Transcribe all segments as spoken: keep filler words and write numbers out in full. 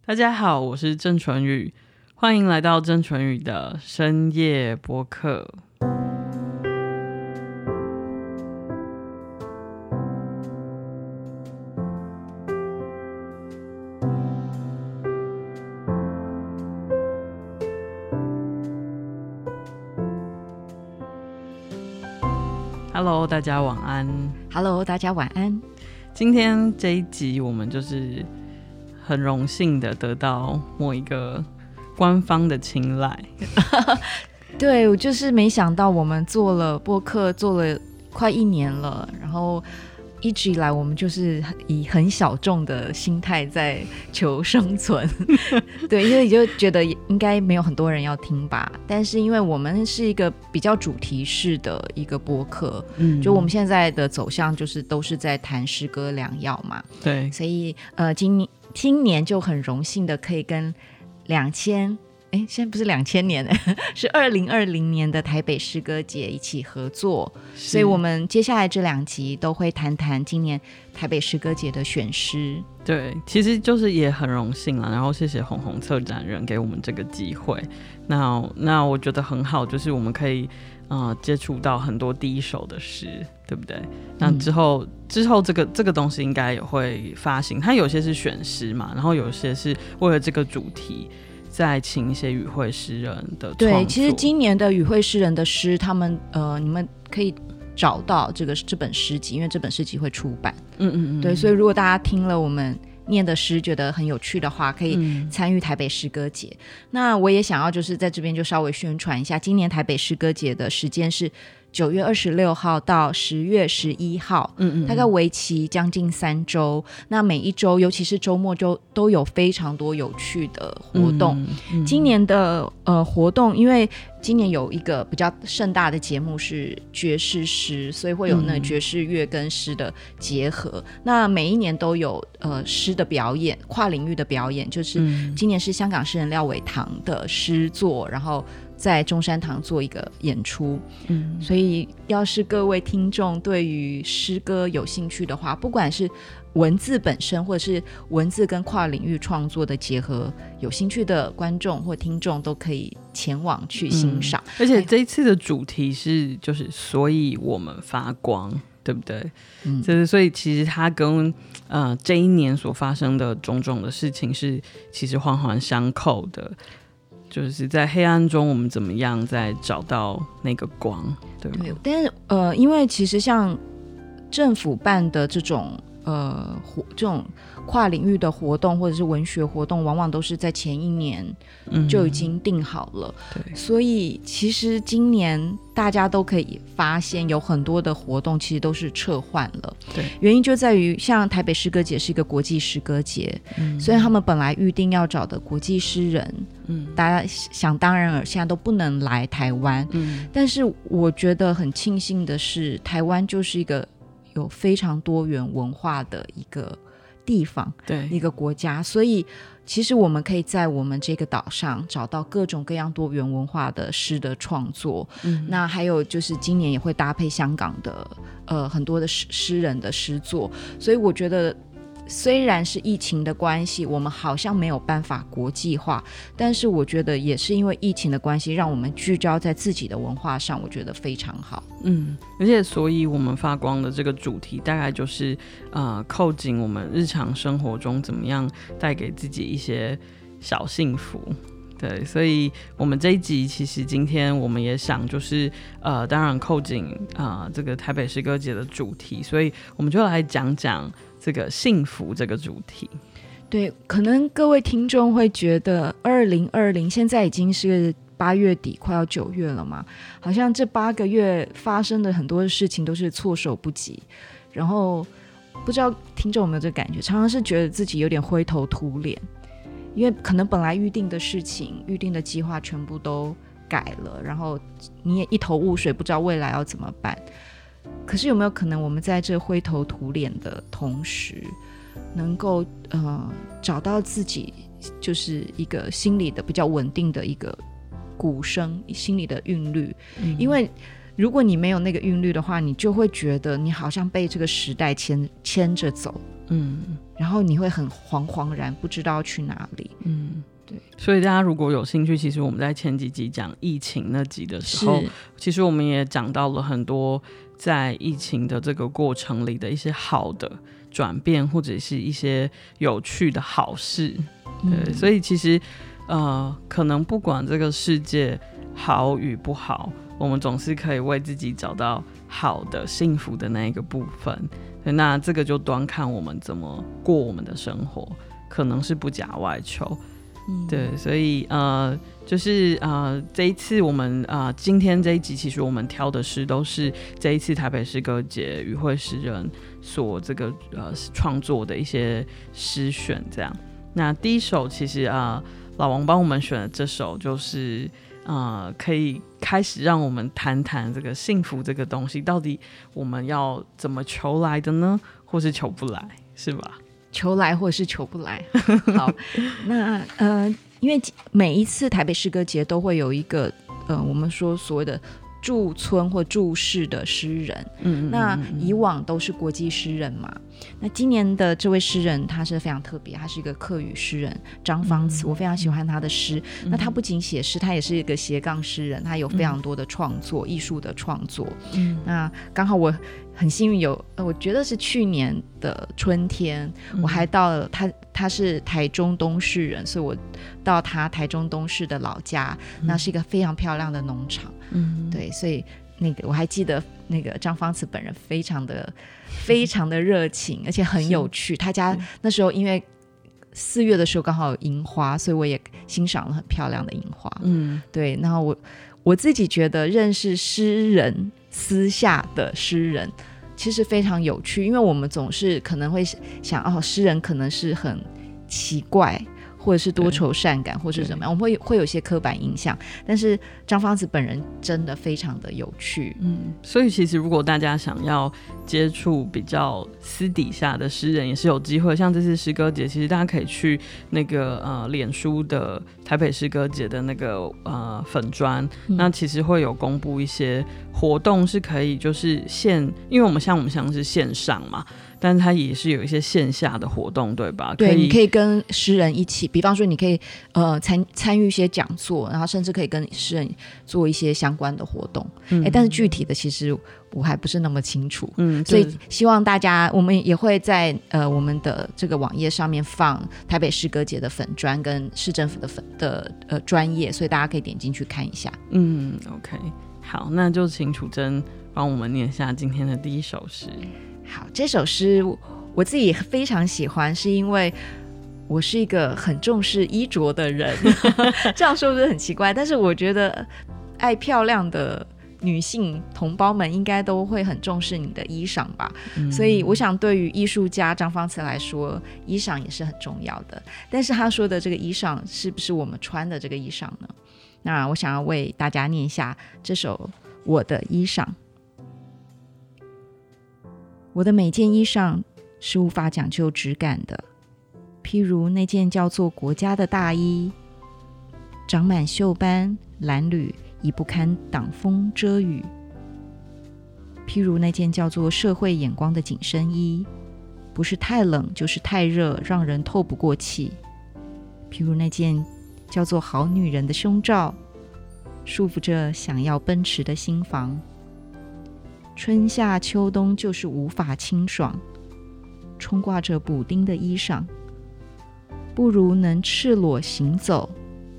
大家好，我是郑纯宇，欢迎来到郑纯宇的深夜播客。Hello， 大家晚安。 Hello， 大家晚安。 今天这一集我们就是很荣幸的得到某一个官方的青睐。 对，我就是没想到我们做了播客做了快一年了，然后一直以来我们就是以很小众的心态在求生存。对，因为你就觉得应该没有很多人要听吧，但是因为我们是一个比较主题式的一个播客，嗯，就我们现在的走向就是都是在谈诗歌良药嘛， 对， 所以呃今年今年就很荣幸的可以跟两千哎，现在不是两千年，是二零二零年的台北诗歌节一起合作，所以我们接下来这两集都会谈谈今年台北诗歌节的选诗。 对，其实就是也很荣幸了，然后谢谢红红策展人给我们这个机会。那那我觉得很好，就是我们可以呃接触到很多第一手的诗，对不对？那之后、嗯、之后这个这个东西应该也会发行，它有些是选诗嘛，然后有些是为了这个主题再请一些与会诗人的创作。 对，其实今年的与会诗人的诗，他们呃，你们可以找到这个这本诗集，因为这本诗集会出版。嗯嗯嗯。对，所以如果大家听了我们念的诗觉得很有趣的话，可以参与台北诗歌节。嗯、那我也想要就是在这边就稍微宣传一下，今年台北诗歌节的时间是九月二十六号到十月十一号，嗯嗯，大概为期将近三周。那每一周，尤其是周末就都有非常多有趣的活动。嗯嗯、今年的呃活动，因为今年有一个比较盛大的节目是爵士诗，所以会有那个爵士乐跟诗的结合。嗯、那每一年都有呃诗的表演，跨领域的表演，就是今年是香港诗人廖伟棠的诗作，然后在中山堂做一个演出。嗯，所以要是各位听众对于诗歌有兴趣的话，不管是文字本身或者是文字跟跨领域创作的结合有兴趣的观众或听众都可以前往去欣赏。 嗯、而且这一次的主题是就是所以我们发光，对不对？嗯，就是所以其实它跟呃这一年所发生的种种的事情是其实环环相扣的，就是在黑暗中我们怎么样再找到那个光，对吗？对， 但是呃，因为其实像政府办的这种呃这种跨领域的活动或者是文学活动，往往都是在前一年就已经定好了。嗯、对，所以其实今年大家都可以发现有很多的活动其实都是撤换了。对，原因就在于像台北诗歌节是一个国际诗歌节，嗯、所以他们本来预定要找的国际诗人，嗯，大家想当然尔现在都不能来台湾。嗯，但是我觉得很庆幸的是，台湾就是一个有非常多元文化的一个地方，对，一个国家，所以其实我们可以在我们这个岛上找到各种各样多元文化的诗的创作。嗯，那还有就是今年也会搭配香港的呃很多的诗人的诗作，所以我觉得虽然是疫情的关系，我们好像没有办法国际化，但是我觉得也是因为疫情的关系，让我们聚焦在自己的文化上，我觉得非常好。 嗯，而且所以我们发光的这个主题大概就是呃，扣紧我们日常生活中怎么样带给自己一些小幸福。对，所以我们这一集其实今天我们也想就是呃，当然扣紧啊、呃、这个台北诗歌节的主题，所以我们就来讲讲这个幸福这个主题。 对，可能各位听众会觉得二零二零现在已经是八月底快要九月了嘛，好像这八个月发生的很多事情都是措手不及，然后不知道听众有没有这个感觉，常常是觉得自己有点灰头土脸，因为可能本来预定的事情预定的计划全部都改了，然后你也一头雾水，不知道未来要怎么办。可是有没有可能我们在这灰头土脸的同时能够呃找到自己就是一个心理的比较稳定的一个鼓声，心理的韵律。嗯、因为如果你没有那个韵律的话，你就会觉得你好像被这个时代牵牵着走，嗯，然后你会很惶惶然不知道去哪里。 嗯，对。所以大家如果有兴趣，其实我们在前几集讲疫情那集的时候，其实我们也讲到了很多在疫情的这个过程里的一些好的转变，或者是一些有趣的好事。对，嗯、所以其实呃，可能不管这个世界好与不好，我们总是可以为自己找到好的幸福的那一个部分。那这个就端看我们怎么过我们的生活，可能是不假外求。嗯、对，所以呃，就是呃，这一次我们呃，今天这一集，其实我们挑的诗都是这一次台北诗歌节与会诗人所这个呃创作的一些诗选，这样。那第一首其实啊、呃，老王帮我们选的这首就是。呃，可以开始让我们谈谈这个幸福这个东西，到底我们要怎么求来的呢？或是求不来，是吧？ 求来或是求不来。好，那呃，因为每一次台北诗歌节都会有一个呃，我们说所谓的驻村或驻市的诗人，嗯嗯嗯嗯，那以往都是国际诗人嘛。那今年的这位诗人他是非常特别，他是一个客语诗人张方慈、嗯、我非常喜欢他的诗、嗯、那他不仅写诗，他也是一个斜杠诗人，他有非常多的创作、嗯、艺术的创作、嗯、那刚好我很幸运有我觉得是去年的春天、嗯、我还到了他他是台中东市人，所以我到他台中东市的老家、嗯、那是一个非常漂亮的农场、嗯、对，所以那个我还记得那个张方慈本人非常的非常的热情，而且很有趣。他家那时候因为四月的时候刚好有樱花，所以我也欣赏了很漂亮的樱花。嗯，对。然后我我自己觉得认识诗人私下的诗人其实非常有趣，因为我们总是可能会想哦，诗人可能是很奇怪。或者是多愁善感或是怎么样，我们会会有一些刻板印象，但是张方慈本人真的非常的有趣。嗯， 所以其实如果大家想要接触比较私底下的诗人也是有机会，像这次诗歌节其实大家可以去那个呃脸书的台北诗歌节的那个呃粉专、嗯、那其实会有公布一些活动是可以就是线，因为我们像我们像是线上嘛，但是它也是有一些线下的活动，对吧？ 对，你可以跟诗人一起，比方说你可以呃参参与一些讲座，然后甚至可以跟诗人做一些相关的活动。嗯，但是具体的其实我还不是那么清楚。嗯，所以希望大家，我们也会在呃我们的这个网页上面放台北诗歌节的粉专跟市政府的粉的呃专页，所以大家可以点进去看一下。 嗯 ，OK， 好，那就请楚真帮我们念下今天的第一首诗。 好，这首诗我自己也非常喜欢，是因为我是一个很重视衣着的人这样说不是很奇怪，但是我觉得爱漂亮的女性同胞们应该都会很重视你的衣裳吧、嗯、所以我想对于艺术家张方慈来说，衣裳也是很重要的。但是他说的这个衣裳是不是我们穿的这个衣裳呢？那我想要为大家念一下这首我的衣裳。我的每件衣裳是无法讲究质感的，譬如那件叫做国家的大衣，长满锈斑褴褛，已不堪挡风遮雨；譬如那件叫做社会眼光的紧身衣，不是太冷就是太热，让人透不过气；譬如那件叫做好女人的胸罩，束缚着想要奔驰的心房。春夏秋冬就是无法清爽，冲挂着补丁的衣裳，不如能赤裸行走。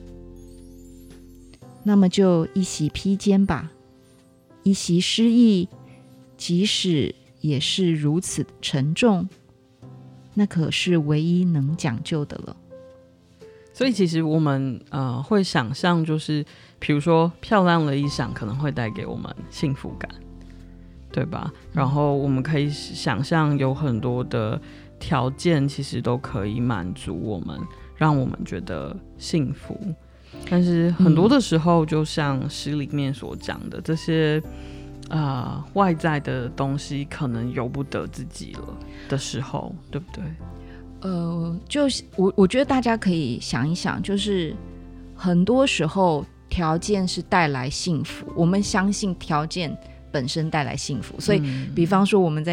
那么就一袭披肩吧，一袭诗意，即使也是如此沉重，那可是唯一能讲究的了。 所以其实我们呃会想象，就是比如说漂亮的衣裳可能会带给我们幸福感，对吧？然后我们可以想象有很多的条件其实都可以满足我们，让我们觉得幸福。但是很多的时候就像诗里面所讲的，这些呃外在的东西可能由不得自己了的时候，对不对？ 呃，就我我觉得大家可以想一想，就是很多时候条件是带来幸福，我们相信条件本身带来幸福，所以比方说我们在讲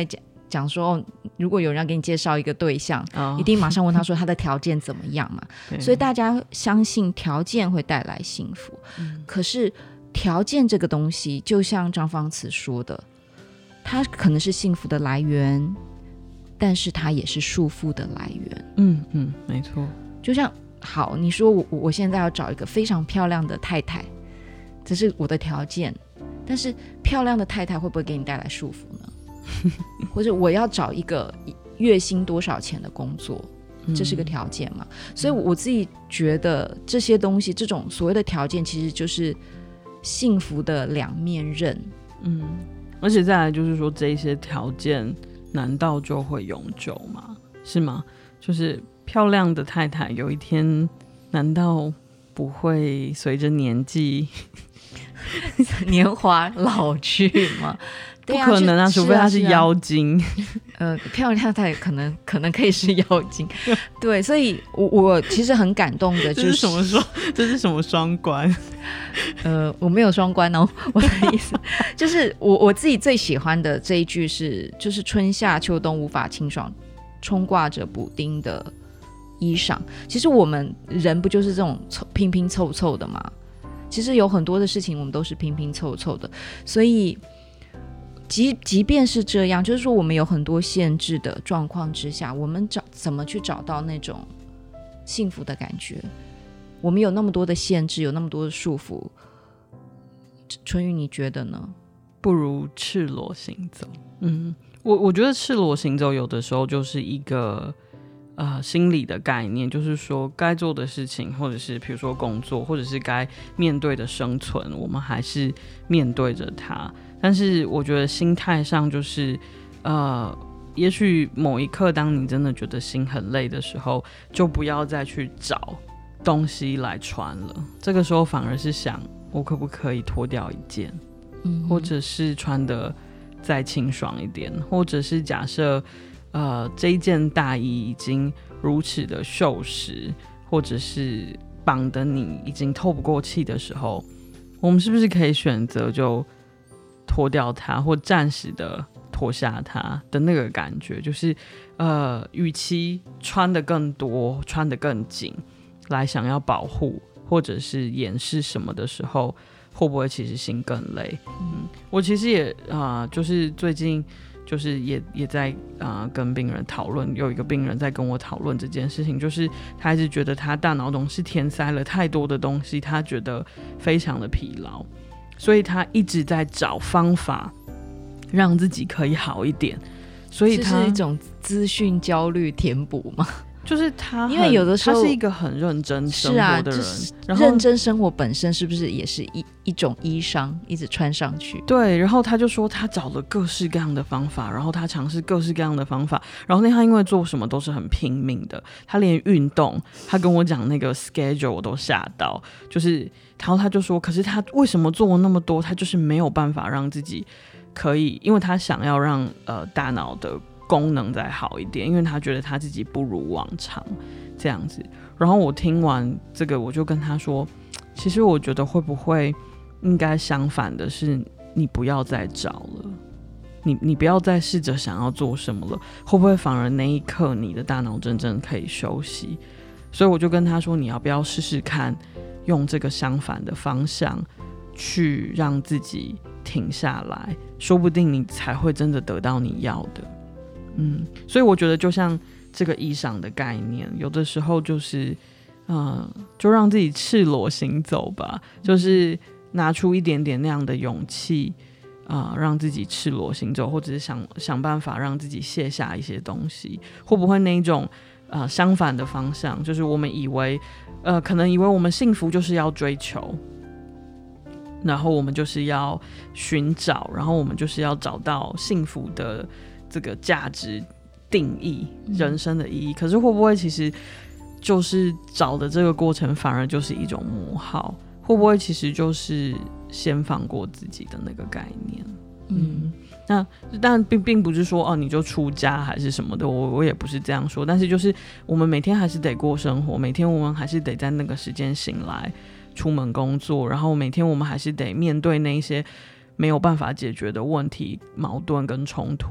讲说如果有人要给你介绍一个对象、哦、一定马上问他说他的条件怎么样嘛所以大家相信条件会带来幸福、嗯、可是条件这个东西就像张芳慈说的，它可能是幸福的来源，但是它也是束缚的来源。 嗯嗯，没错。 就像好，你说我我现在要找一个非常漂亮的太太，这是我的条件，但是漂亮的太太会不会给你带来束缚呢？或者我要找一个月薪多少钱的工作，这是个条件嘛、嗯、所以我自己觉得这些东西，这种所谓的条件其实就是幸福的两面刃。 嗯，而且再来就是说这些条件难道就会永久吗？是吗？就是漂亮的太太有一天难道不会随着年纪年华老去吗？ 不可能啊，除非他是妖精。 呃，漂亮太太可能可能可以是妖精。对，所以我我其实很感动的，就是这是什么双这是什么双关？ 呃，我没有双关哦，我的意思就是我我自己最喜欢的这一句是，就是春夏秋冬无法清爽，冲挂着补丁的衣裳。其实我们人不就是这种拼拼凑凑的吗？其实有很多的事情我们都是拼拼凑凑的，所以即即便是这样，就是说我们有很多限制的状况之下，我们找怎么去找到那种幸福的感觉？我们有那么多的限制，有那么多的束缚，春雨你觉得呢？ 不如赤裸行走。嗯，我我觉得赤裸行走有的时候就是一个呃心理的概念，就是说该做的事情，或者是比如说工作，或者是该面对的生存，我们还是面对着它。但是我觉得心态上就是呃也许某一刻当你真的觉得心很累的时候，就不要再去找东西来穿了，这个时候反而是想我可不可以脱掉一件、嗯、或者是穿得再清爽一点，或者是假设呃这一件大衣已经如此的锈蚀，或者是绑得你已经透不过气的时候，我们是不是可以选择就脱掉它，或暂时的脱下它的那个感觉，就是呃，与其穿得更多，穿得更紧，来想要保护或者是掩饰什么的时候，会不会其实心更累？嗯，我其实也啊、呃，就是最近就是也也在啊、呃、跟病人讨论，有一个病人在跟我讨论这件事情，就是他一直觉得他大脑中是填塞了太多的东西，他觉得非常的疲劳。所以他一直在找方法让自己可以好一点，所以他这是一种资讯焦虑填补吗？ 就是他因为有的时候他是一个很认真生活的人， 是啊，然后认真生活本身是不是也是 一, 一种衣裳一直穿上去？ 对，然后他就说他找了各式各样的方法，然后他尝试各式各样的方法，然后那他因为做什么都是很拼命的，他连运动，他跟我讲那个 schedule 我都吓到，就是然后他就说，可是他为什么做了那么多，他就是没有办法让自己可以，因为他想要让呃大脑的功能再好一点，因为他觉得他自己不如往常这样子。然后我听完这个，我就跟他说，其实我觉得会不会应该相反的是，你不要再找了，你你不要再试着想要做什么了，会不会反而那一刻你的大脑真正可以休息？所以我就跟他说，你要不要试试看，用这个相反的方向去让自己停下来，说不定你才会真的得到你要的。嗯，所以我觉得就像这个衣裳的概念，有的时候就是，呃，就让自己赤裸行走吧，就是拿出一点点那样的勇气，啊、呃，让自己赤裸行走，或者是想想办法让自己卸下一些东西，会不会那一种呃相反的方向，就是我们以为，呃，可能以为我们幸福就是要追求。然后我们就是要寻找，然后我们就是要找到幸福的这个价值定义，人生的意义。可是会不会其实就是找的这个过程反而就是一种磨耗？会不会其实就是先放过自己的那个概念？嗯，那但 并, 并不是说哦你就出家还是什么的，我我也不是这样说。但是就是我们每天还是得过生活，每天我们还是得在那个时间醒来。出门工作，然后每天我们还是得面对那一些没有办法解决的问题、矛盾跟冲突，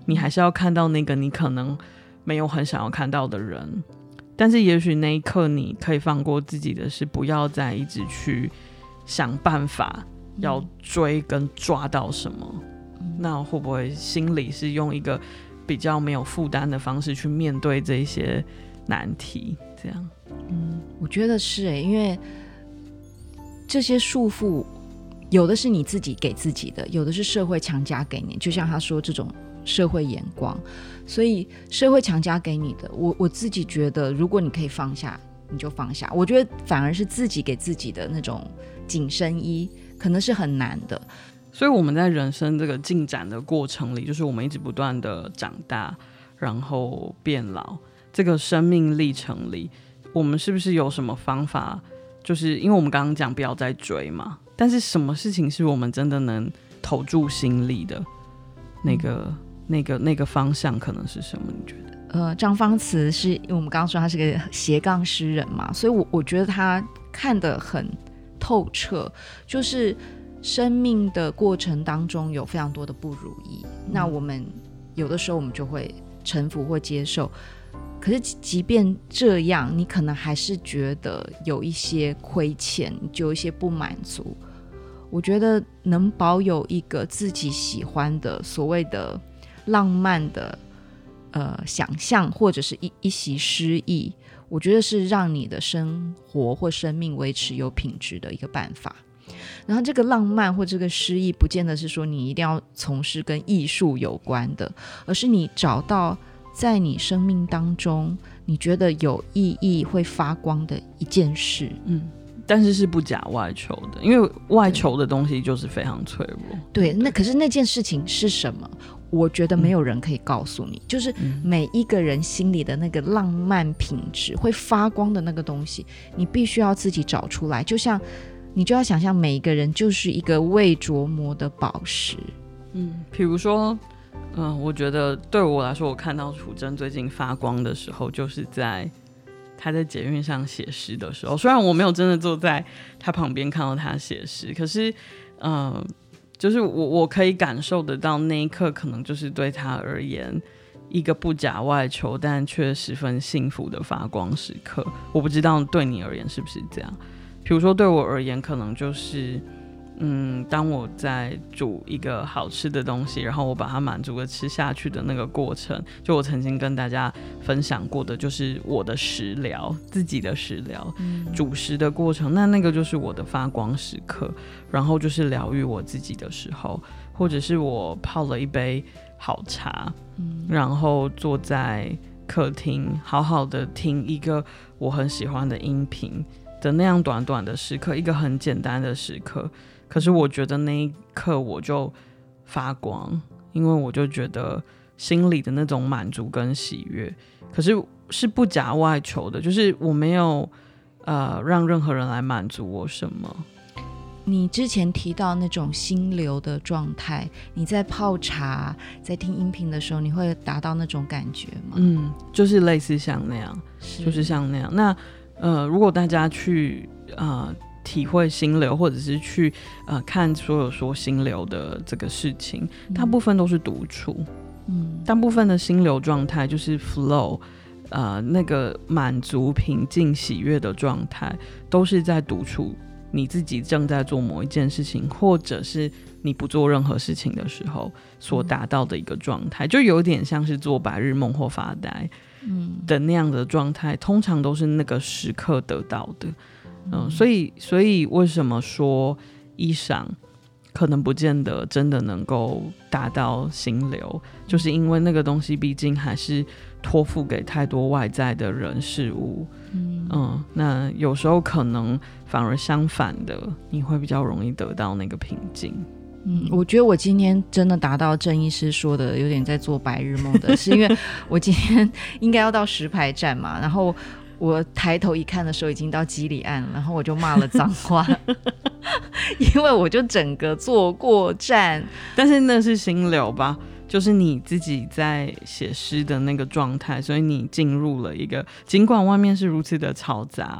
你还是要看到那个你可能没有很想要看到的人，但是也许那一刻你可以放过自己的是不要再一直去想办法要追跟抓到什么、嗯、那会不会心里是用一个比较没有负担的方式去面对这些难题这样？ 嗯，我觉得是耶，因为这些束缚有的是你自己给自己的，有的是社会强加给你，就像他说这种社会眼光，所以社会强加给你的，我我自己觉得如果你可以放下你就放下，我觉得反而是自己给自己的那种紧身衣可能是很难的。 所以我们在人生这个进展的过程里，就是我们一直不断的长大然后变老，这个生命历程里我们是不是有什么方法，就是因为我们刚刚讲不要再追嘛，但是什么事情是我们真的能投注心力的那个、嗯、那个那个方向可能是什么？你觉得？ 呃，张芳慈是因为我们刚刚说他是个斜杠诗人嘛，所以我我觉得他看得很透彻，就是生命的过程当中有非常多的不如意、嗯、那我们有的时候我们就会臣服或接受，可是即便这样你可能还是觉得有一些亏欠，就有一些不满足。我觉得能保有一个自己喜欢的所谓的浪漫的呃想象，或者是一一袭诗意，我觉得是让你的生活或生命维持有品质的一个办法。然后这个浪漫或这个诗意不见得是说你一定要从事跟艺术有关的，而是你找到在你生命当中你觉得有意义会发光的一件事。嗯， 但是是不假外求的，因为外求的东西就是非常脆弱。 对, 对，那可是那件事情是什么，我觉得没有人可以告诉你、嗯、就是每一个人心里的那个浪漫品质会发光的那个东西你必须要自己找出来，就像你就要想象每一个人就是一个未琢磨的宝石。 嗯，比如说嗯，我觉得对我来说，我看到楚真最近发光的时候就是在他在捷运上写诗的时候，虽然我没有真的坐在他旁边看到他写诗，可是嗯，就是我我可以感受得到那一刻可能就是对他而言一个不假外求但却十分幸福的发光时刻。我不知道对你而言是不是这样。比如说对我而言可能就是嗯，当我在煮一个好吃的东西，然后我把它满足的吃下去的那个过程，就我曾经跟大家分享过的，就是我的食疗，自己的食疗、嗯、煮食的过程，那那个就是我的发光时刻，然后就是疗愈我自己的时候，或者是我泡了一杯好茶、嗯、然后坐在客厅好好的听一个我很喜欢的音频的那样短短的时刻，一个很简单的时刻，可是我觉得那一刻我就发光，因为我就觉得心里的那种满足跟喜悦，可是是不假外求的，就是我没有呃让任何人来满足我什么。 你之前提到那种心流的状态，你在泡茶在听音频的时候你会达到那种感觉吗？ 嗯，就是类似像那样，是就是像那样。那呃，如果大家去呃体会心流，或者是去呃看所有说心流的这个事情，大部分都是独处。嗯，大部分的心流状态就是 flow， 呃，那个满足、平静、喜悦的状态，都是在独处，你自己正在做某一件事情，或者是你不做任何事情的时候所达到的一个状态，就有点像是做白日梦或发呆的那样的状态，通常都是那个时刻得到的。嗯，所以所以为什么说衣裳可能不见得真的能够达到心流，就是因为那个东西毕竟还是托付给太多外在的人事物。嗯, 嗯那有时候可能反而相反的，你会比较容易得到那个平静。 嗯，我觉得我今天真的达到郑医师说的有点在做白日梦的是因为我今天应该要到石牌站嘛，然后我抬头一看的时候已经到基里岸，然后我就骂了脏话因为我就整个坐过站。 但是那是心流吧，就是你自己在写诗的那个状态，所以你进入了一个，尽管外面是如此的嘈杂，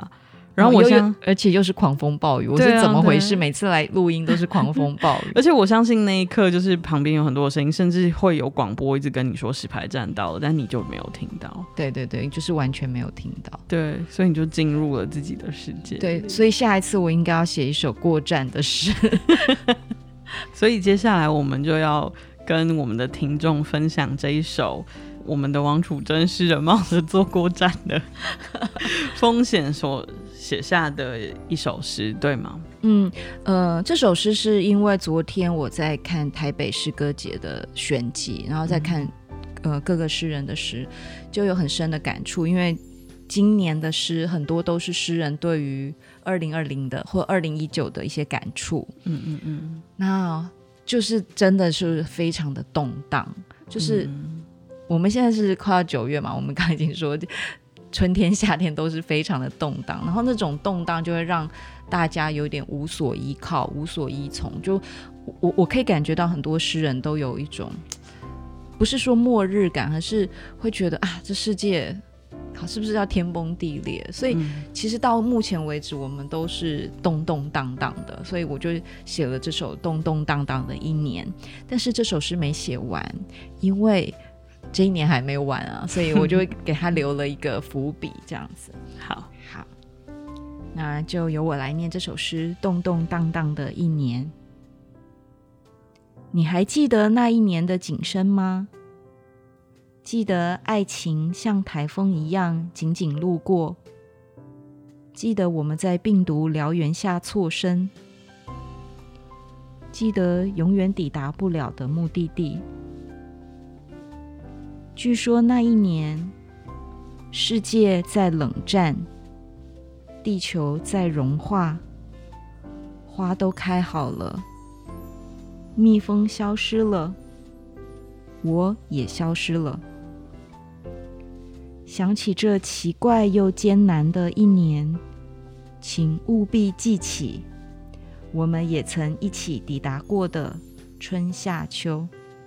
然后我相而且又是狂风暴雨，我是怎么回事？每次来录音都是狂风暴雨。 而且我相信那一刻就是旁边有很多声音，甚至会有广播一直跟你说石牌站到了，但你就没有听到。 对对对，就是完全没有听到。 对，所以你就进入了自己的世界。 对，所以下一次我应该要写一首过站的诗。 所以接下来我们就要跟我们的听众分享这一首我们的王楚真诗人冒着坐过站的风险所写下的一首诗，对吗？ 嗯，呃，这首诗是因为昨天我在看台北诗歌节的选集，然后再看、嗯、呃各个诗人的诗，就有很深的感触。因为今年的诗很多都是诗人对于二零二零的或二零一九的一些感触。嗯嗯嗯，那就是真的是非常的动荡，就是、嗯、我们现在是快要九月嘛，我们刚才已经说春天夏天都是非常的动荡，然后那种动荡就会让大家有点无所依靠无所依从。就 我, 我可以感觉到很多诗人都有一种不是说末日感，而是会觉得啊，这世界是不是要天崩地裂。所以其实到目前为止我们都是动动荡荡的，所以我就写了这首动动荡荡的一年。但是这首诗没写完，因为这一年还没完啊，所以我就给他留了一个伏笔这样子。 好好，那就由我来念这首诗，动动荡荡的一年。你还记得那一年的景深吗？记得爱情像台风一样紧紧路过，记得我们在病毒燎原下错身，记得永远抵达不了的目的地。据说那一年世界在冷战，地球在融化，花都开好了，蜜蜂消失了，我也消失了。想起这奇怪又艰难的一年，请务必记起我们也曾一起抵达过的春夏秋。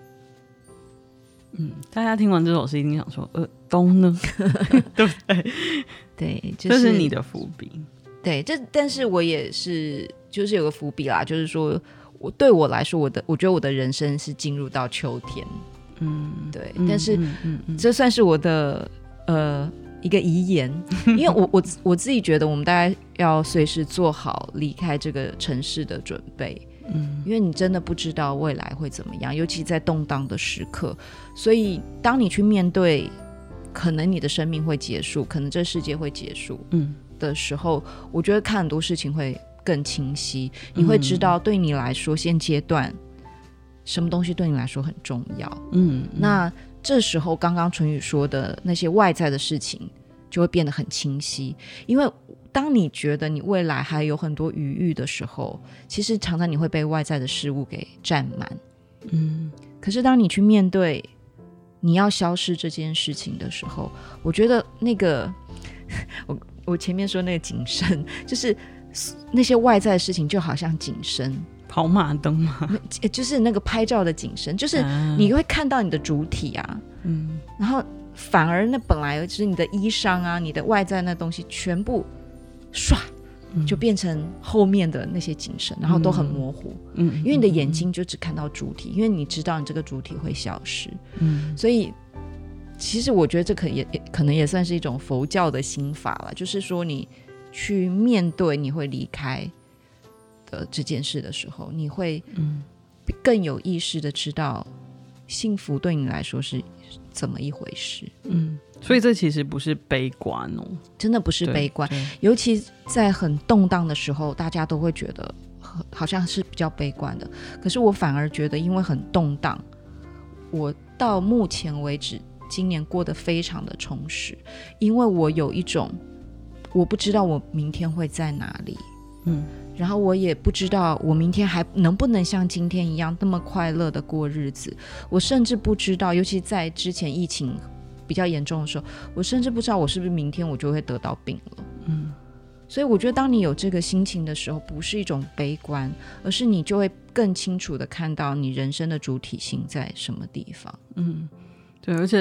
嗯，大家听完这首诗一定想说呃，冬呢？对不对？ 对、就是、 这是你的伏笔。 对，这但是我也是就是有个伏笔啦，就是说我对我来说，我的我觉得我的人生是进入到秋天。嗯，对，嗯、但是、嗯嗯嗯、这算是我的呃一个遗言，因为我我我自己觉得我们大概要随时做好离开这个城市的准备。嗯，因为你真的不知道未来会怎么样，尤其在动荡的时刻。所以当你去面对可能你的生命会结束，可能这世界会结束的时候、嗯、我觉得看很多事情会更清晰。你会知道对你来说现阶段什么东西对你来说很重要。 嗯, 嗯那这时候刚刚淳宇说的那些外在的事情就会变得很清晰。因为当你觉得你未来还有很多余裕的时候，其实常常你会被外在的事物给占满。嗯，可是当你去面对你要消失这件事情的时候，我觉得那个我, 我前面说那个景深，就是那些外在的事情就好像景深， 跑马灯嘛， 就是那个拍照的景深，就是你会看到你的主体啊。嗯，然后反而那本来就是你的衣裳啊，你的外在那东西全部唰就变成后面的那些景深、嗯、然后都很模糊。嗯，因为你的眼睛就只看到主体、嗯、因为你知道你这个主体会消失。嗯，所以其实我觉得这可也可能也算是一种佛教的心法了，就是说你去面对你会离开的这件事的时候，你会更有意识的知道幸福对你来说是怎么一回事。嗯， 所以这其实不是悲观哦， 真的不是悲观。尤其在很动荡的时候，大家都会觉得好像是比较悲观的，可是我反而觉得因为很动荡，我到目前为止今年过得非常的充实。因为我有一种我不知道我明天会在哪里。嗯，然后我也不知道我明天还能不能像今天一样那么快乐的过日子。我甚至不知道，尤其在之前疫情比较严重的时候，我甚至不知道我是不是明天我就会得到病了。嗯，所以我觉得当你有这个心情的时候，不是一种悲观，而是你就会更清楚的看到你人生的主体性在什么地方。 嗯，对，而且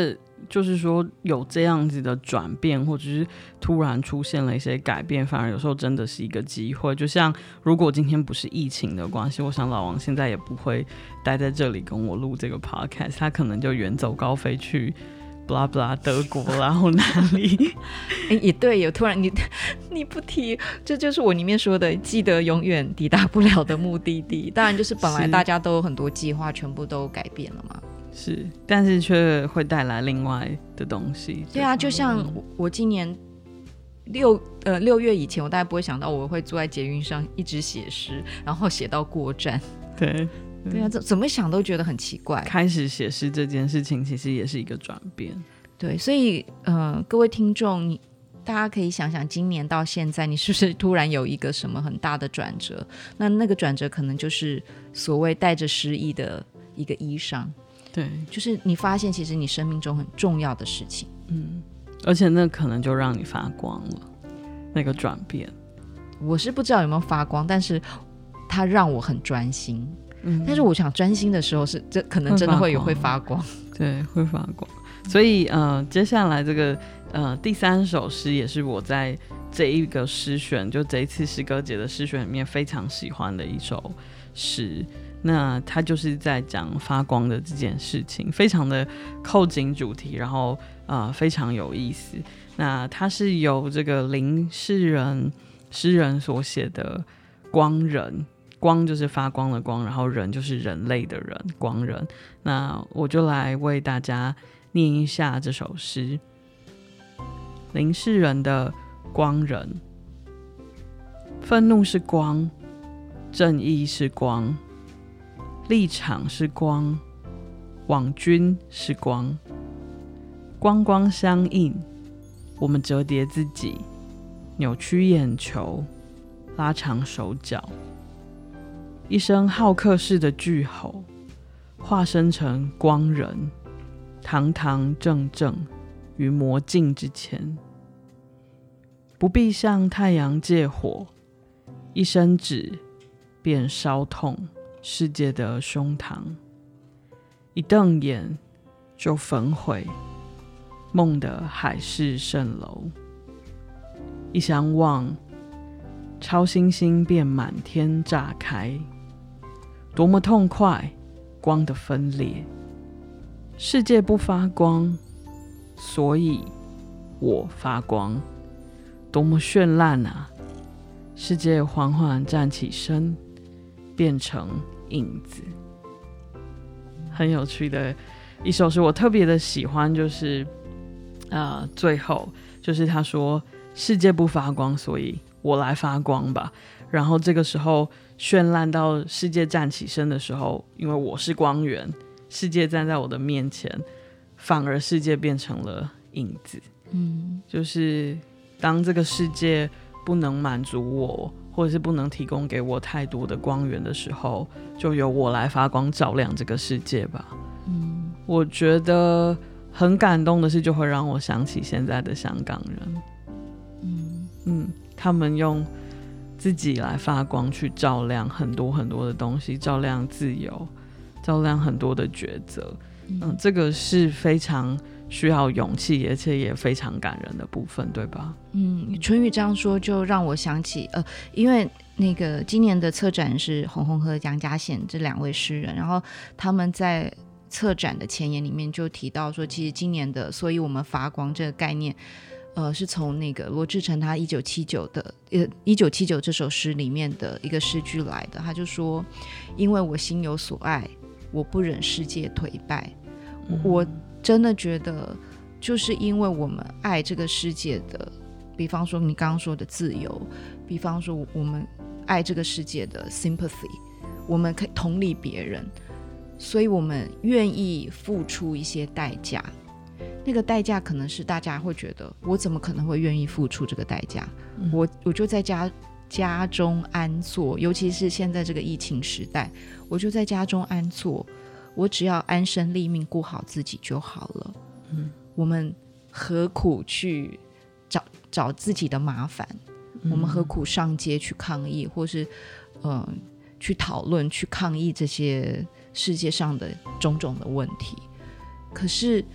就是说有这样子的转变，或者是突然出现了一些改变，反而有时候真的是一个机会。就像如果今天不是疫情的关系，我想老王现在也不会待在这里跟我录这个 podcast， 他可能就远走高飞去布拉布拉德国然后哪里欸、也对，有突然你你不提，这就是我里面说的记得永远抵达不了的目的地。当然就是本来大家都有很多计划全部都改变了嘛， 是，但是却会带来另外的东西。 对啊，就像我今年六呃六月以前，我大概不会想到我会坐在捷运上一直写诗，然后写到过站。 对对啊，怎么想都觉得很奇怪。 开始写诗这件事情其实也是一个转变。 对，所以呃，各位听众，你大家可以想想，今年到现在，你是不是突然有一个什么很大的转折？那那个转折可能就是所谓带着诗意的一个衣裳。 对， 就是你发现其实你生命中很重要的事情。 嗯，而且那可能就让你发光了，那个转变。 我是不知道有没有发光，但是它让我很专心。嗯，但是我想专心的时候是这可能真的会有会发光。 对，会发光。所以呃，接下来这个呃第三首诗也是我在这一个诗选，就这一次诗歌节的诗选里面非常喜欢的一首诗。那它就是在讲发光的这件事情，非常的扣紧主题，然后呃非常有意思。那它是由这个林世仁诗人所写的光人，光就是发光的光，然后人就是人类的人，光人。那我就来为大家念一下这首诗。林世仁的光人，愤怒是光，正义是光，立场是光，网军是光，光光相应，我们折叠自己，扭曲眼球，拉长手脚，一声好客式的巨吼，化身成光人，堂堂正正于魔镜之前，不必向太阳借火，一伸指便烧痛世界的胸膛，一瞪眼就焚毁梦的海市蜃楼，一相望，超新星便满天炸开，多么痛快，光的分裂。世界不发光，所以我发光，多么绚烂啊！世界缓缓站起身，变成影子。很有趣的一首诗，我特别的喜欢，就是呃，最后就是他说世界不发光，所以我来发光吧。然后这个时候绚烂到世界站起身的时候，因为我是光源，世界站在我的面前，反而世界变成了影子。嗯，就是当这个世界不能满足我，或者是不能提供给我太多的光源的时候，就由我来发光照亮这个世界吧。嗯，我觉得很感动的是，就会让我想起现在的香港人。嗯嗯，他们用自己来发光，去照亮很多很多的东西，照亮自由，照亮很多的抉择。嗯，这个是非常需要勇气，而且也非常感人的部分，对吧？ 嗯，春雨这样说就让我想起，呃，因为那个今年的策展是洪洪和杨家宪这两位诗人，然后他们在策展的前言里面就提到说，其实今年的所以我们发光这个概念，呃，是从那个罗志诚他一九七九的呃一九七九这首诗里面的一个诗句来的。他就说，因为我心有所爱，我不忍世界颓败。嗯、我真的觉得，就是因为我们爱这个世界的，比方说你刚刚说的自由，比方说我们爱这个世界的 sympathy， 我们可以同理别人，所以我们愿意付出一些代价。那个代价可能是大家会觉得，我怎么可能会愿意付出这个代价？嗯、我我就在家家中安坐，尤其是现在这个疫情时代，我就在家中安坐。我只要安身立命，顾好自己就好了。嗯，我们何苦去找找自己的麻烦？嗯、我们何苦上街去抗议，或是呃去讨论、去抗议这些世界上的种种的问题？可是，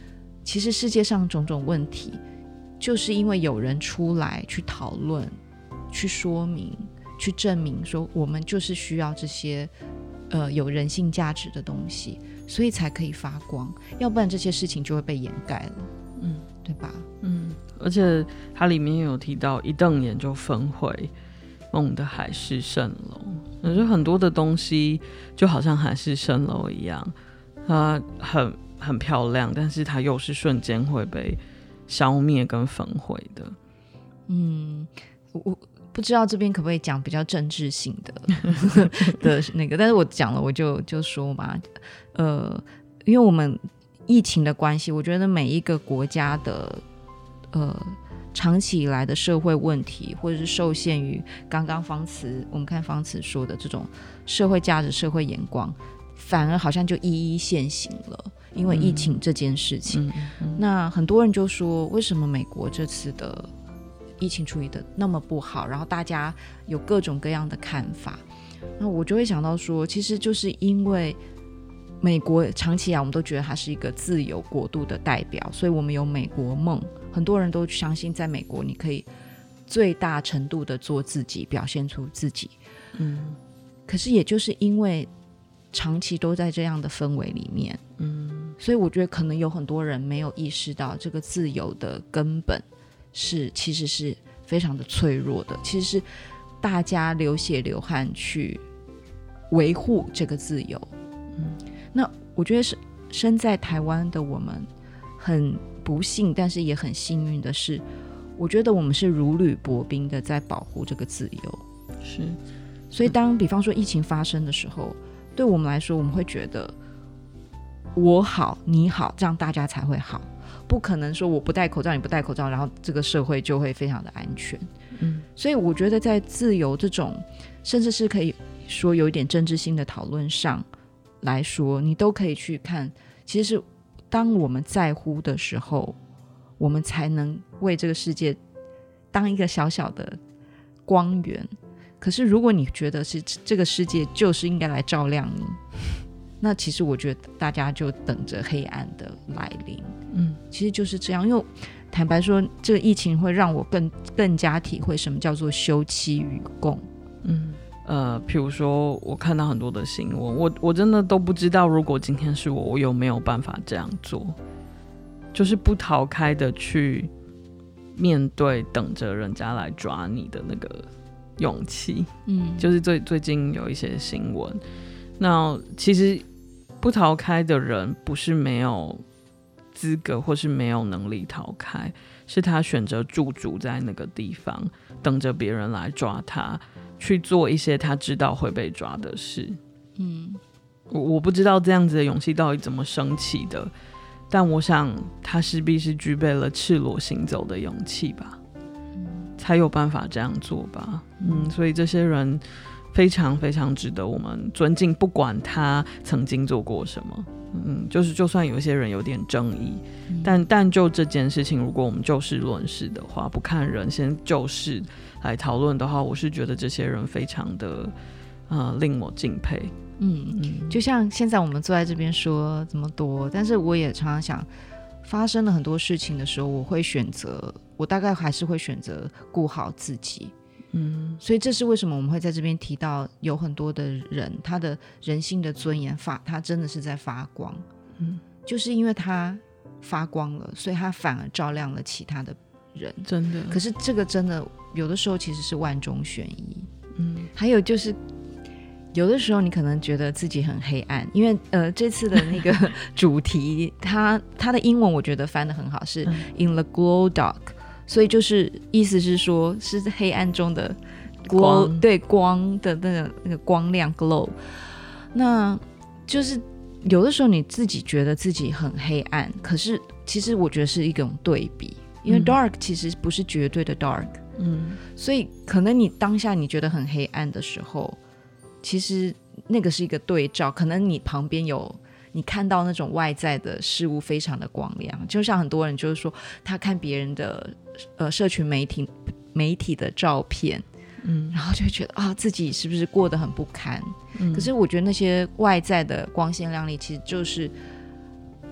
其实世界上种种问题就是因为有人出来去讨论，去说明，去证明说我们就是需要这些呃有人性价值的东西，所以才可以发光，要不然这些事情就会被掩盖了，嗯，对吧？ 嗯，而且它里面有提到一瞪眼就焚毁梦的海市蜃楼，我觉得很多的东西就好像海市蜃楼一样，它很很漂亮，但是它又是瞬间会被消灭跟焚毁的。嗯， 我不知道这边可不可以讲比较政治性的的那个，但是我讲了我就就说嘛，呃，因为我们疫情的关系，我觉得每一个国家的呃长期以来的社会问题，或者是受限于刚刚方慈我们看方慈说的这种社会价值、社会眼光，反而好像就一一现形了，因为疫情这件事情。嗯嗯嗯、那很多人就说，为什么美国这次的疫情处理的那么不好，然后大家有各种各样的看法？那我就会想到说，其实就是因为美国长期以来我们都觉得它是一个自由国度的代表，所以我们有美国梦，很多人都相信在美国你可以最大程度的做自己，表现出自己。嗯，可是也就是因为长期都在这样的氛围里面，嗯，所以我觉得可能有很多人没有意识到这个自由的根本是其实是非常的脆弱的，其实是大家流血流汗去维护这个自由。嗯，那我觉得是身在台湾的我们很不幸但是也很幸运的是，我觉得我们是如履薄冰的在保护这个自由。 是， 所以当比方说疫情发生的时候，对我们来说我们会觉得我好你好，这样大家才会好，不可能说我不戴口罩你不戴口罩，然后这个社会就会非常的安全。嗯，所以我觉得在自由这种甚至是可以说有一点政治性的讨论上来说，你都可以去看，其实是当我们在乎的时候，我们才能为这个世界当一个小小的光源。可是如果你觉得是这个世界就是应该来照亮你，那其实我觉得大家就等着黑暗的来临。嗯，其实就是这样，因为坦白说这个疫情会让我更更加体会什么叫做休戚与共。 嗯，呃，譬如说我看到很多的新闻，我我真的都不知道如果今天是我我有没有办法这样做，就是不逃开的去面对等着人家来抓你的那个勇气。嗯，就是最最近有一些新闻，那其实不逃开的人不是没有资格或是没有能力逃开，是他选择驻足在那个地方等着别人来抓他，去做一些他知道会被抓的事。嗯，我我不知道这样子的勇气到底怎么升起的，但我想他势必是具备了赤裸行走的勇气吧，嗯，才有办法这样做吧。嗯，所以这些人非常非常值得我们尊敬，不管他曾经做过什么。嗯，就是就算有一些人有点争议，嗯，但但就这件事情，如果我们就事论事的话，不看人，先就事来讨论的话，我是觉得这些人非常的呃令我敬佩。 嗯嗯，就像现在我们坐在这边说这么多，但是我也常常想，发生了很多事情的时候，我会选择，我大概还是会选择顾好自己。嗯，所以这是为什么我们会在这边提到有很多的人他的人性的尊严发他真的是在发光。嗯，就是因为他发光了，所以他反而照亮了其他的人。 真的， 可是这个真的有的时候其实是万中选一。嗯，还有就是有的时候你可能觉得自己很黑暗，因为呃这次的那个主题它它的英文我觉得翻得很好，是 In the Glow Dark，所以就是意思是说是黑暗中的 glow， 光，对，光的那个那个光亮 glow。 那就是有的时候你自己觉得自己很黑暗，可是其实我觉得是一种对比，因为 dark 其实不是绝对的 dark。 嗯，所以可能你当下你觉得很黑暗的时候，其实那个是一个对照，可能你旁边有你看到那种外在的事物非常的光亮，就像很多人就是说他看别人的呃社群媒体媒体的照片，嗯，然后就会觉得啊自己是不是过得很不堪。嗯，可是我觉得那些外在的光鲜亮丽其实就是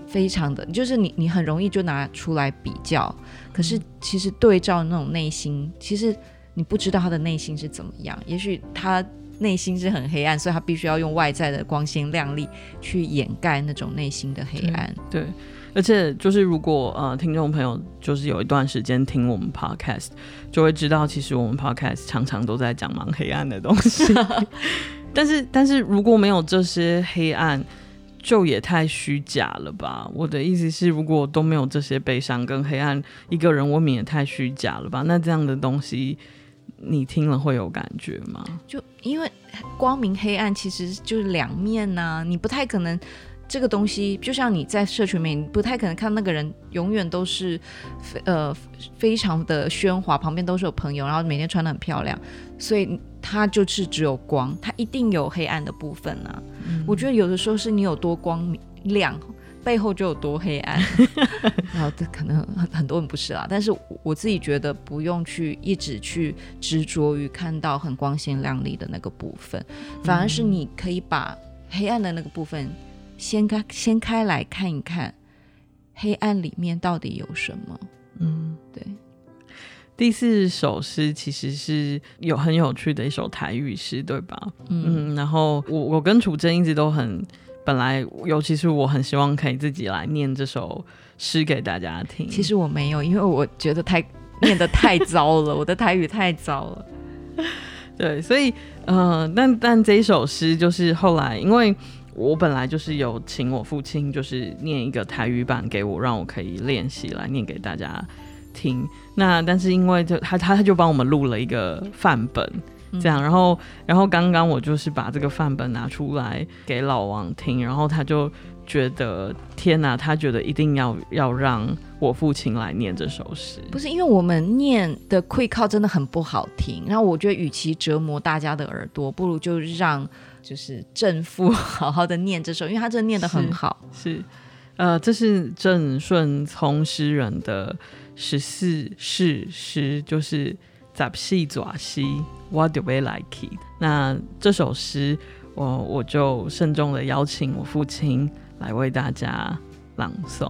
非常的，就是你你很容易就拿出来比较，可是其实对照那种内心，其实你不知道他的内心是怎么样，也许他内心是很黑暗，所以他必须要用外在的光鲜亮丽去掩盖那种内心的黑暗。 对，对，而且就是如果呃听众朋友就是有一段时间听我们 podcast， 就会知道其实我们 podcast 常常都在讲蛮黑暗的东西但是但是如果没有这些黑暗，就也太虚假了吧。我的意思是，如果都没有这些悲伤跟黑暗，一个人未免也太虚假了吧。那这样的东西你听了会有感觉吗？ 就因为光明黑暗其实就是两面啊，你不太可能这个东西，就像你在社群里面不太可能看那个人永远都是呃非常的喧哗，旁边都是有朋友，然后每天穿得很漂亮，所以他就是只有光，他一定有黑暗的部分啊、嗯、我觉得有的时候是你有多光亮背后就有多黑暗然后可能很多人不是啦，但是我自己觉得不用去一直去执着于看到很光鲜亮丽的那个部分，反而是你可以把黑暗的那个部分先开先开来看一看，黑暗里面到底有什么。嗯，对。 第四首诗其实是有很有趣的一首台语诗，对吧？ 嗯, 嗯然后我我跟楚真一直都很本来尤其是我很希望可以自己来念这首诗给大家听。 其实我没有，因为我觉得太念得太糟了我的台语太糟了对，所以呃，但但这一首诗就是后来因为我本来就是有请我父亲就是念一个台语版给我，让我可以练习来念给大家听。那但是因为就他他就帮我们录了一个范本这样、嗯、然后然后刚刚我就是把这个范本拿出来给老王听，然后他就觉得天哪，他觉得一定要要让我父亲来念这首诗。 不是因为我们念的quick call真的很不好听，然后我觉得与其折磨大家的耳朵，不如就让就是正父好好的念这首，因为他真的念得很好。 是, 是呃，这是郑顺聪诗人的十四世诗，就是十四爪西我就要来去。那这首诗我我就慎重的邀请我父亲来为大家朗诵。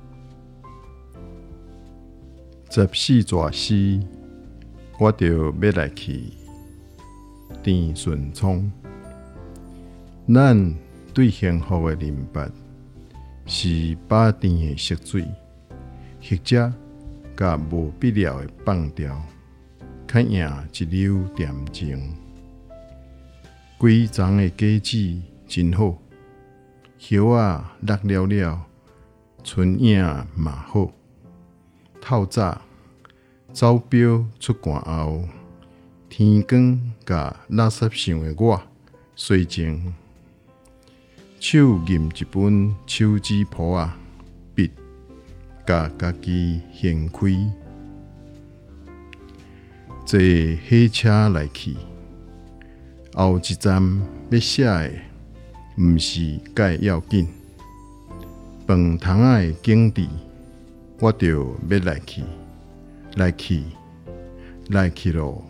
十四爪西我就要来去，郑顺聪。咱对幸福的认识是把甜的色水，或者甲无必要的放掉，较赢一溜恬静。规丛的果子真好，叶啊落了了，春影嘛好。透早走表出汗后，天光甲垃圾箱的我洗净。手吟一本手指谱啊，笔甲家己掀开，坐火车来去。后一站要写的，毋是介要紧。饭堂仔的景致，我就要来去，来去，来去咯。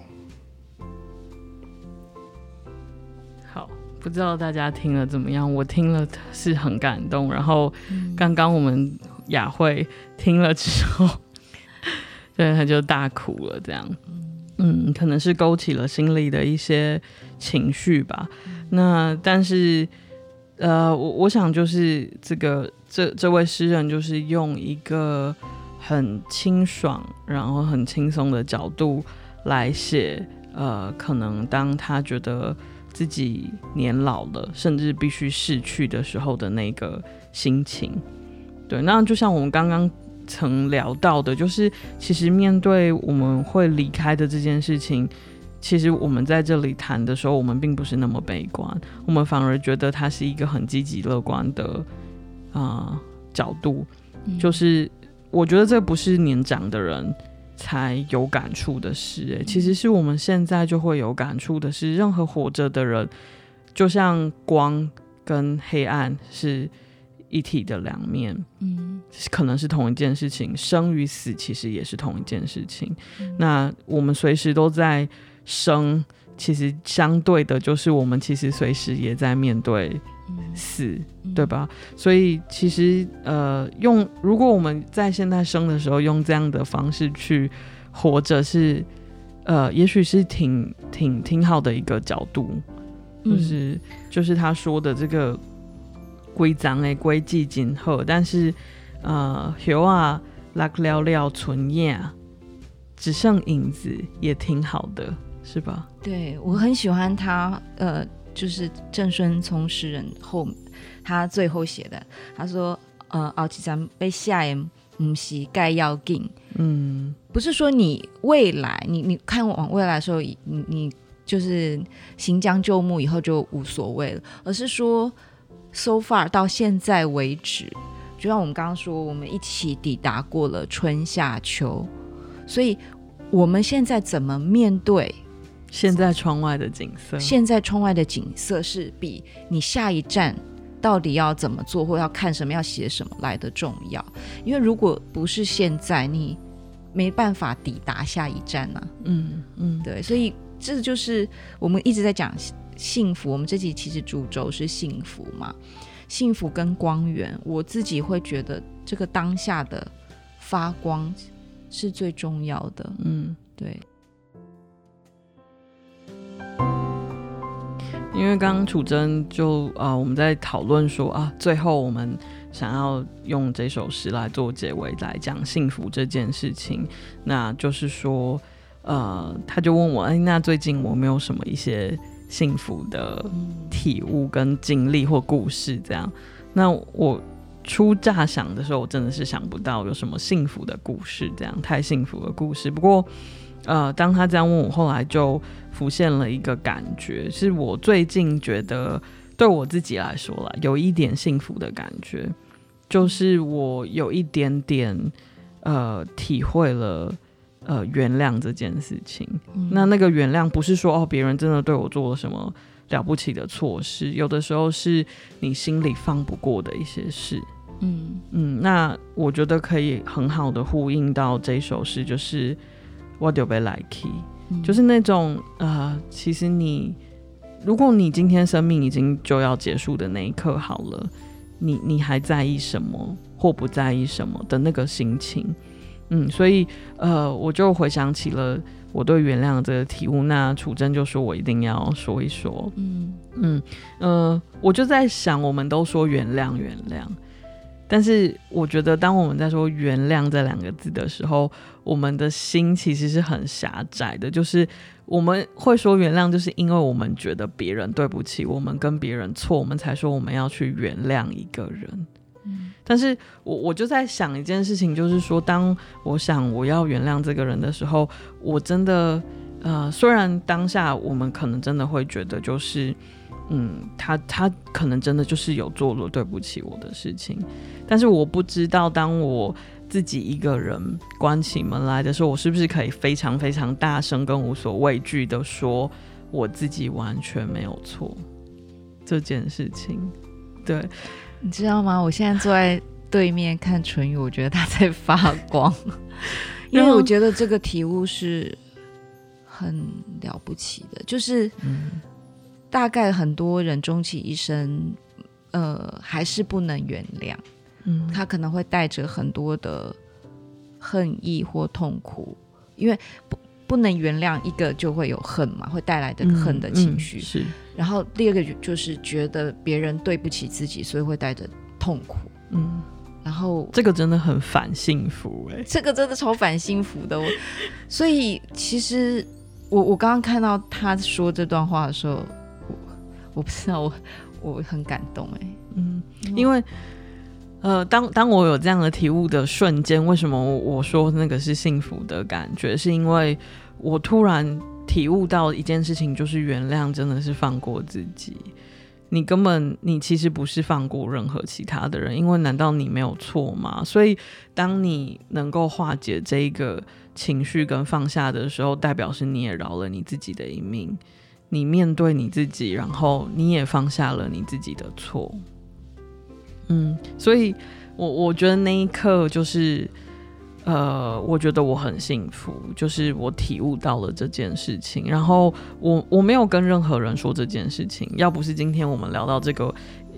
不知道大家听了怎么样？我听了是很感动，然后刚刚我们雅慧听了之后对，他就大哭了这样。嗯，可能是勾起了心里的一些情绪吧。那但是呃，我我想就是这个这这位诗人就是用一个很清爽然后很轻松的角度来写呃，可能当他觉得自己年老了甚至必须逝去的时候的那个心情。对，那就像我们刚刚曾聊到的，就是其实面对我们会离开的这件事情，其实我们在这里谈的时候我们并不是那么悲观，我们反而觉得它是一个很积极乐观的、呃、角度、嗯、就是我觉得这不是年长的人才有感触的事、欸、其实是我们现在就会有感触的是，任何活着的人就像光跟黑暗是一体的两面、嗯、可能是同一件事情，生与死其实也是同一件事情、嗯、那我们随时都在生，其实相对的就是我们其实随时也在面对死，对吧？所以其实呃，用如果我们在现在生的时候用这样的方式去活着是，呃，也许是挺挺挺好的一个角度，就是、嗯、就是他说的这个规章的规矩真好，但是呃，叶啊落了了存影，只剩影子也挺好的，是吧？ 对，我很喜欢他，呃。就是郑顺聪诗人后他最后写的，他说呃后一站被下的不是该要紧，嗯，不是说你未来你你看往未来的时候你你就是行将就木以后就无所谓了，而是说 so far 到现在为止，就像我们刚刚说我们一起抵达过了春夏秋，所以我们现在怎么面对现在窗外的景色， 现在窗外的景色是比你下一站到底要怎么做或要看什么要写什么来的重要，因为如果不是现在你没办法抵达下一站啊。嗯嗯，对，所以这就是我们一直在讲幸福，我们这集其实主轴是幸福嘛，幸福跟光源，我自己会觉得这个当下的发光是最重要的。嗯，对。 因为刚刚楚真就呃我们在讨论说啊，最后我们想要用这首诗来做结尾，来讲幸福这件事情。那就是说，呃，他就问我，哎，那最近我没有什么一些幸福的体悟跟经历或故事这样？那我初乍想的时候，我真的是想不到有什么幸福的故事，这样太幸福的故事。不过，呃，当他这样问我，后来就浮现了一个感觉，是我最近觉得对我自己来说啦，有一点幸福的感觉，就是我有一点点呃体会了呃原谅这件事情。嗯、那那个原谅不是说哦别人真的对我做了什么了不起的错事，有的时候是你心里放不过的一些事。嗯嗯，那我觉得可以很好的呼应到这首诗，就是我就要来去。就是那种呃，其实你，如果你今天生命已经就要结束的那一刻好了，你你还在意什么或不在意什么的那个心情，嗯，所以呃，我就回想起了我对原谅这个体悟。那楚真就说我一定要说一说，嗯嗯呃，我就在想，我们都说原谅原谅。但是我觉得当我们在说原谅这两个字的时候，我们的心其实是很狭窄的，就是我们会说原谅，就是因为我们觉得别人对不起我们，跟别人错，我们才说我们要去原谅一个人。嗯、但是我我就在想一件事情，就是说当我想我要原谅这个人的时候，我真的呃，虽然当下我们可能真的会觉得就是嗯，他他可能真的就是有做了对不起我的事情，但是我不知道当我自己一个人关起门来的时候，我是不是可以非常非常大声跟无所畏惧的说我自己完全没有错这件事情。对， 你知道吗？我现在坐在对面看纯宇，我觉得他在发光因为我觉得这个体悟是很了不起的，就是嗯大概很多人终其一生呃，还是不能原谅、嗯、他可能会带着很多的恨意或痛苦，因为 不, 不能原谅一个就会有恨嘛，会带来的恨的情绪、嗯嗯、是。然后第二个就是觉得别人对不起自己，所以会带着痛苦。嗯，然后这个真的很反幸福哎、欸， 这个真的超反幸福的所以其实我我刚刚看到他说这段话的时候，我不知道，我我很感动哎、欸， 嗯，因为呃，当当我有这样的体悟的瞬间，为什么 我, 我说那个是幸福的感觉？是因为我突然体悟到一件事情，就是原谅真的是放过自己。你根本你其实不是放过任何其他的人，因为难道你没有错吗？所以当你能够化解这一个情绪跟放下的时候，代表是你也饶了你自己的一命。你面对你自己，然后你也放下了你自己的错。嗯，所以我我觉得那一刻就是呃，我觉得我很幸福，就是我体悟到了这件事情，然后我我没有跟任何人说这件事情，要不是今天我们聊到这个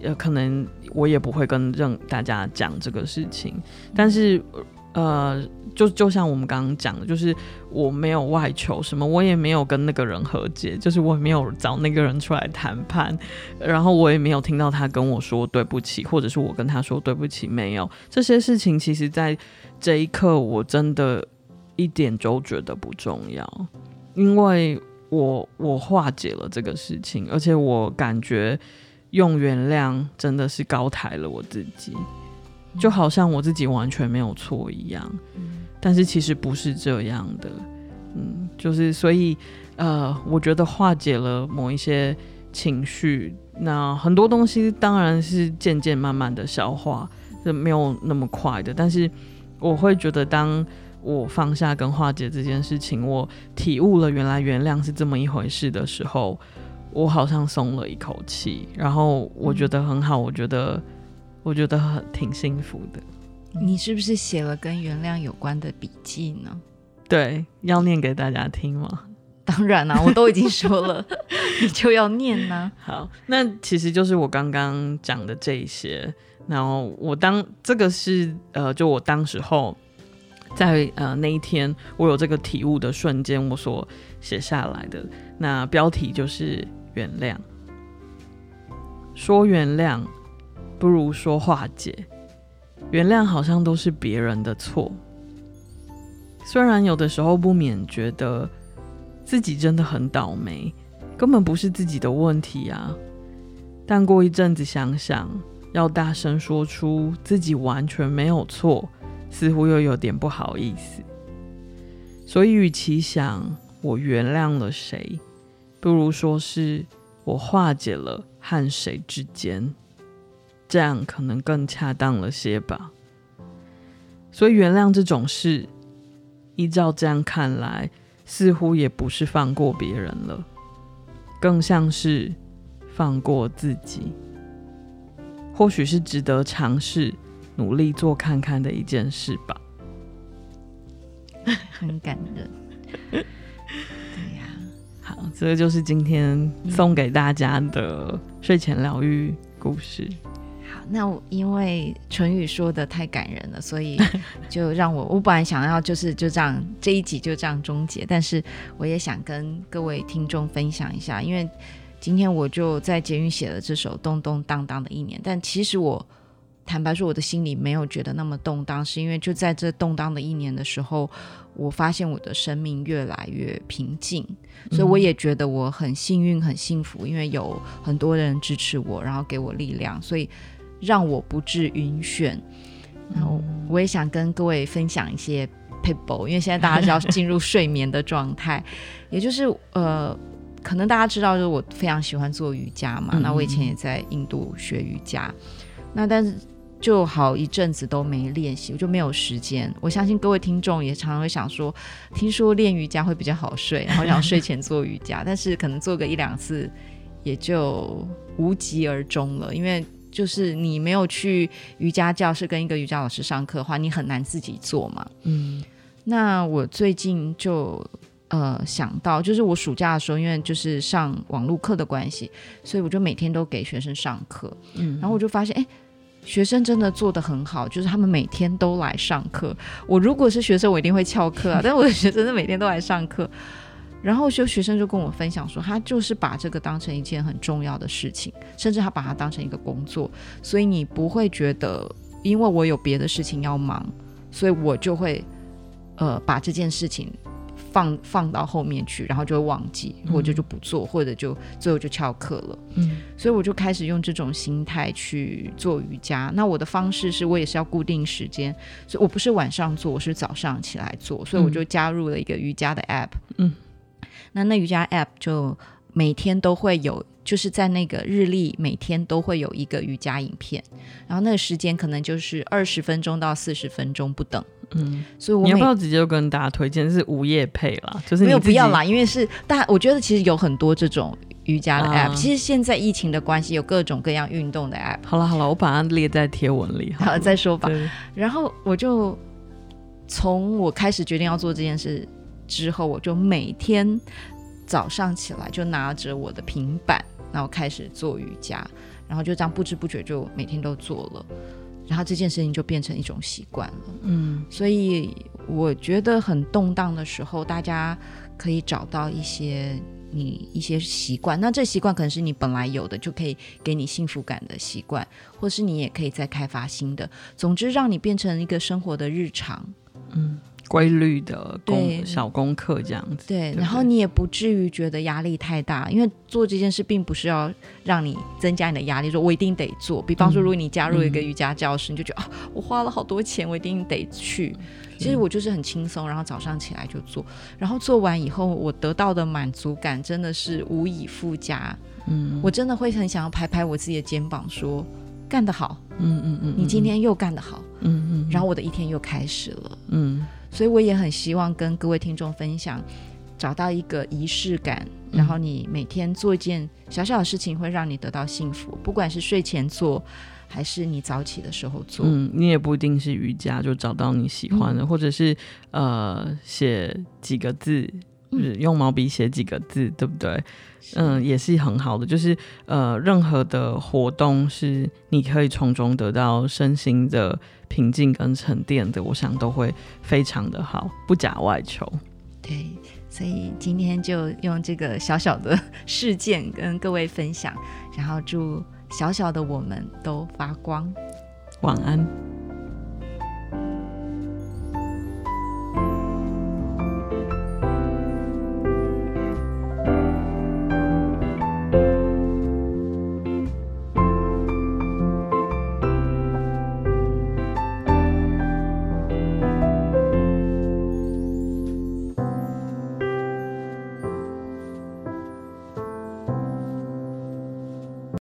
呃，可能我也不会跟任大家讲这个事情，但是呃，就就像我们刚刚讲的，就是我没有外求什么，我也没有跟那个人和解，就是我也没有找那个人出来谈判，然后我也没有听到他跟我说对不起，或者是我跟他说对不起，没有这些事情，其实在这一刻我真的一点都觉得不重要，因为我我化解了这个事情，而且我感觉用原谅真的是高抬了我自己，就好像我自己完全没有错一样，但是其实不是这样的，嗯，就是所以呃，我觉得化解了某一些情绪，那很多东西当然是渐渐慢慢的消化，没有那么快的，但是我会觉得当我放下跟化解这件事情，我体悟了原来原谅是这么一回事的时候，我好像松了一口气，然后我觉得很好，我觉得我觉得很挺幸福的。 你是不是写了跟原谅有关的笔记呢？ 对，要念给大家听吗？ 当然啦、啊，我都已经说了你就要念呢、 啊。好，那其实就是我刚刚讲的这一些，然后我当这个是呃，就我当时候在呃那一天我有这个体悟的瞬间，我所写下来的。那标题就是原谅。说原谅不如说化解，原谅好像都是别人的错。虽然有的时候不免觉得自己真的很倒霉，根本不是自己的问题啊，但过一阵子想想，要大声说出自己完全没有错，似乎又有点不好意思。所以与其想我原谅了谁，不如说是我化解了和谁之间，这样可能更恰当了些吧。所以原谅这种事，依照这样看来，似乎也不是放过别人了，更像是放过自己。或许是值得尝试努力做看看的一件事吧。 很感人。对呀、 啊，好，这个就是今天送给大家的睡前疗愈故事。 好，那我因为纯宇说的太感人了，所以就让我我本来想要就是就这样这一集就这样终结，但是我也想跟各位听众分享一下，因为今天我就在捷运写了这首动动荡荡的一年，但其实我坦白说我的心里没有觉得那么动荡，是因为就在这动荡的一年的时候，我发现我的生命越来越平静，所以我也觉得我很幸运很幸福，因为有很多人支持我，然后给我力量，所以让我不至晕眩。然后我也想跟各位分享一些 people， 因为现在大家是要进入睡眠的状态也就是呃可能大家知道就是我非常喜欢做瑜伽嘛、嗯、那我以前也在印度学瑜伽，那但是就好一阵子都没练习，我就没有时间。我相信各位听众也常常会想说，听说练瑜伽会比较好睡，然后想睡前做瑜伽但是可能做个一两次也就无疾而终了，因为就是你没有去瑜伽教室跟一个瑜伽老师上课的话，你很难自己做嘛。嗯，那我最近就呃想到，就是我暑假的时候，因为就是上网络课的关系，所以我就每天都给学生上课。嗯，然后我就发现，哎，学生真的做得很好，就是他们每天都来上课。我如果是学生，我一定会翘课啊，但我的学生是每天都来上课。然后就学生就跟我分享说，他就是把这个当成一件很重要的事情，甚至他把它当成一个工作，所以你不会觉得因为我有别的事情要忙，所以我就会呃把这件事情放放到后面去，然后就会忘记，或者就不做、嗯、或者就最后就翘课了。嗯，所以我就开始用这种心态去做瑜伽。那我的方式是我也是要固定时间，所以我不是晚上做，我是早上起来做，所以我就加入了一个瑜伽的 app。嗯，那那瑜伽 app 就每天都会有，就是在那个日历每天都会有一个瑜伽影片，然后那个时间可能就是二十分钟到四十分钟不等。嗯，所以我你要不要直接就跟大家推荐是无业配啦？就是你没有不要啦，因为是大我觉得其实有很多这种瑜伽的 app、啊、其实现在疫情的关系有各种各样运动的 app。 好了好了，我把它列在贴文里。 好, 好再说吧。然后我就从我开始决定要做这件事之后，我就每天早上起来就拿着我的平板， 那我开始做瑜伽，然后就这样不知不觉就每天都做了，然后这件事情就变成一种习惯了。嗯，所以我觉得很动荡的时候，大家可以找到一些你一些习惯，那这习惯可能是你本来有的，就可以给你幸福感的习惯，或是你也可以再开发新的，总之让你变成一个生活的日常。 嗯，规律的功小功课这样子。 对, 对, 对， 然后你也不至于觉得压力太大，因为做这件事并不是要让你增加你的压力，说我一定得做。比方说如果你加入一个瑜伽教室、嗯、你就觉得啊，我花了好多钱，我一定得去。其实我就是很轻松，然后早上起来就做，然后做完以后我得到的满足感真的是无以复加。嗯，我真的会很想要拍拍我自己的肩膀说干得好，嗯嗯嗯，你今天又干得好，嗯嗯，然后我的一天又开始了。嗯，所以我也很希望跟各位听众分享，找到一个仪式感，然后你每天做一件小小的事情会让你得到幸福，不管是睡前做还是你早起的时候做。 嗯，你也不一定是瑜伽，就找到你喜欢的、嗯、或者是呃写几个字，就是用毛笔写几个字，对不对？嗯，也是很好的，就是呃，任何的活动是你可以从中得到身心的平静跟沉淀的，我想都会非常的好，不假外求。 对，所以今天就用这个小小的事件跟各位分享，然后祝小小的我们都发光。 晚安。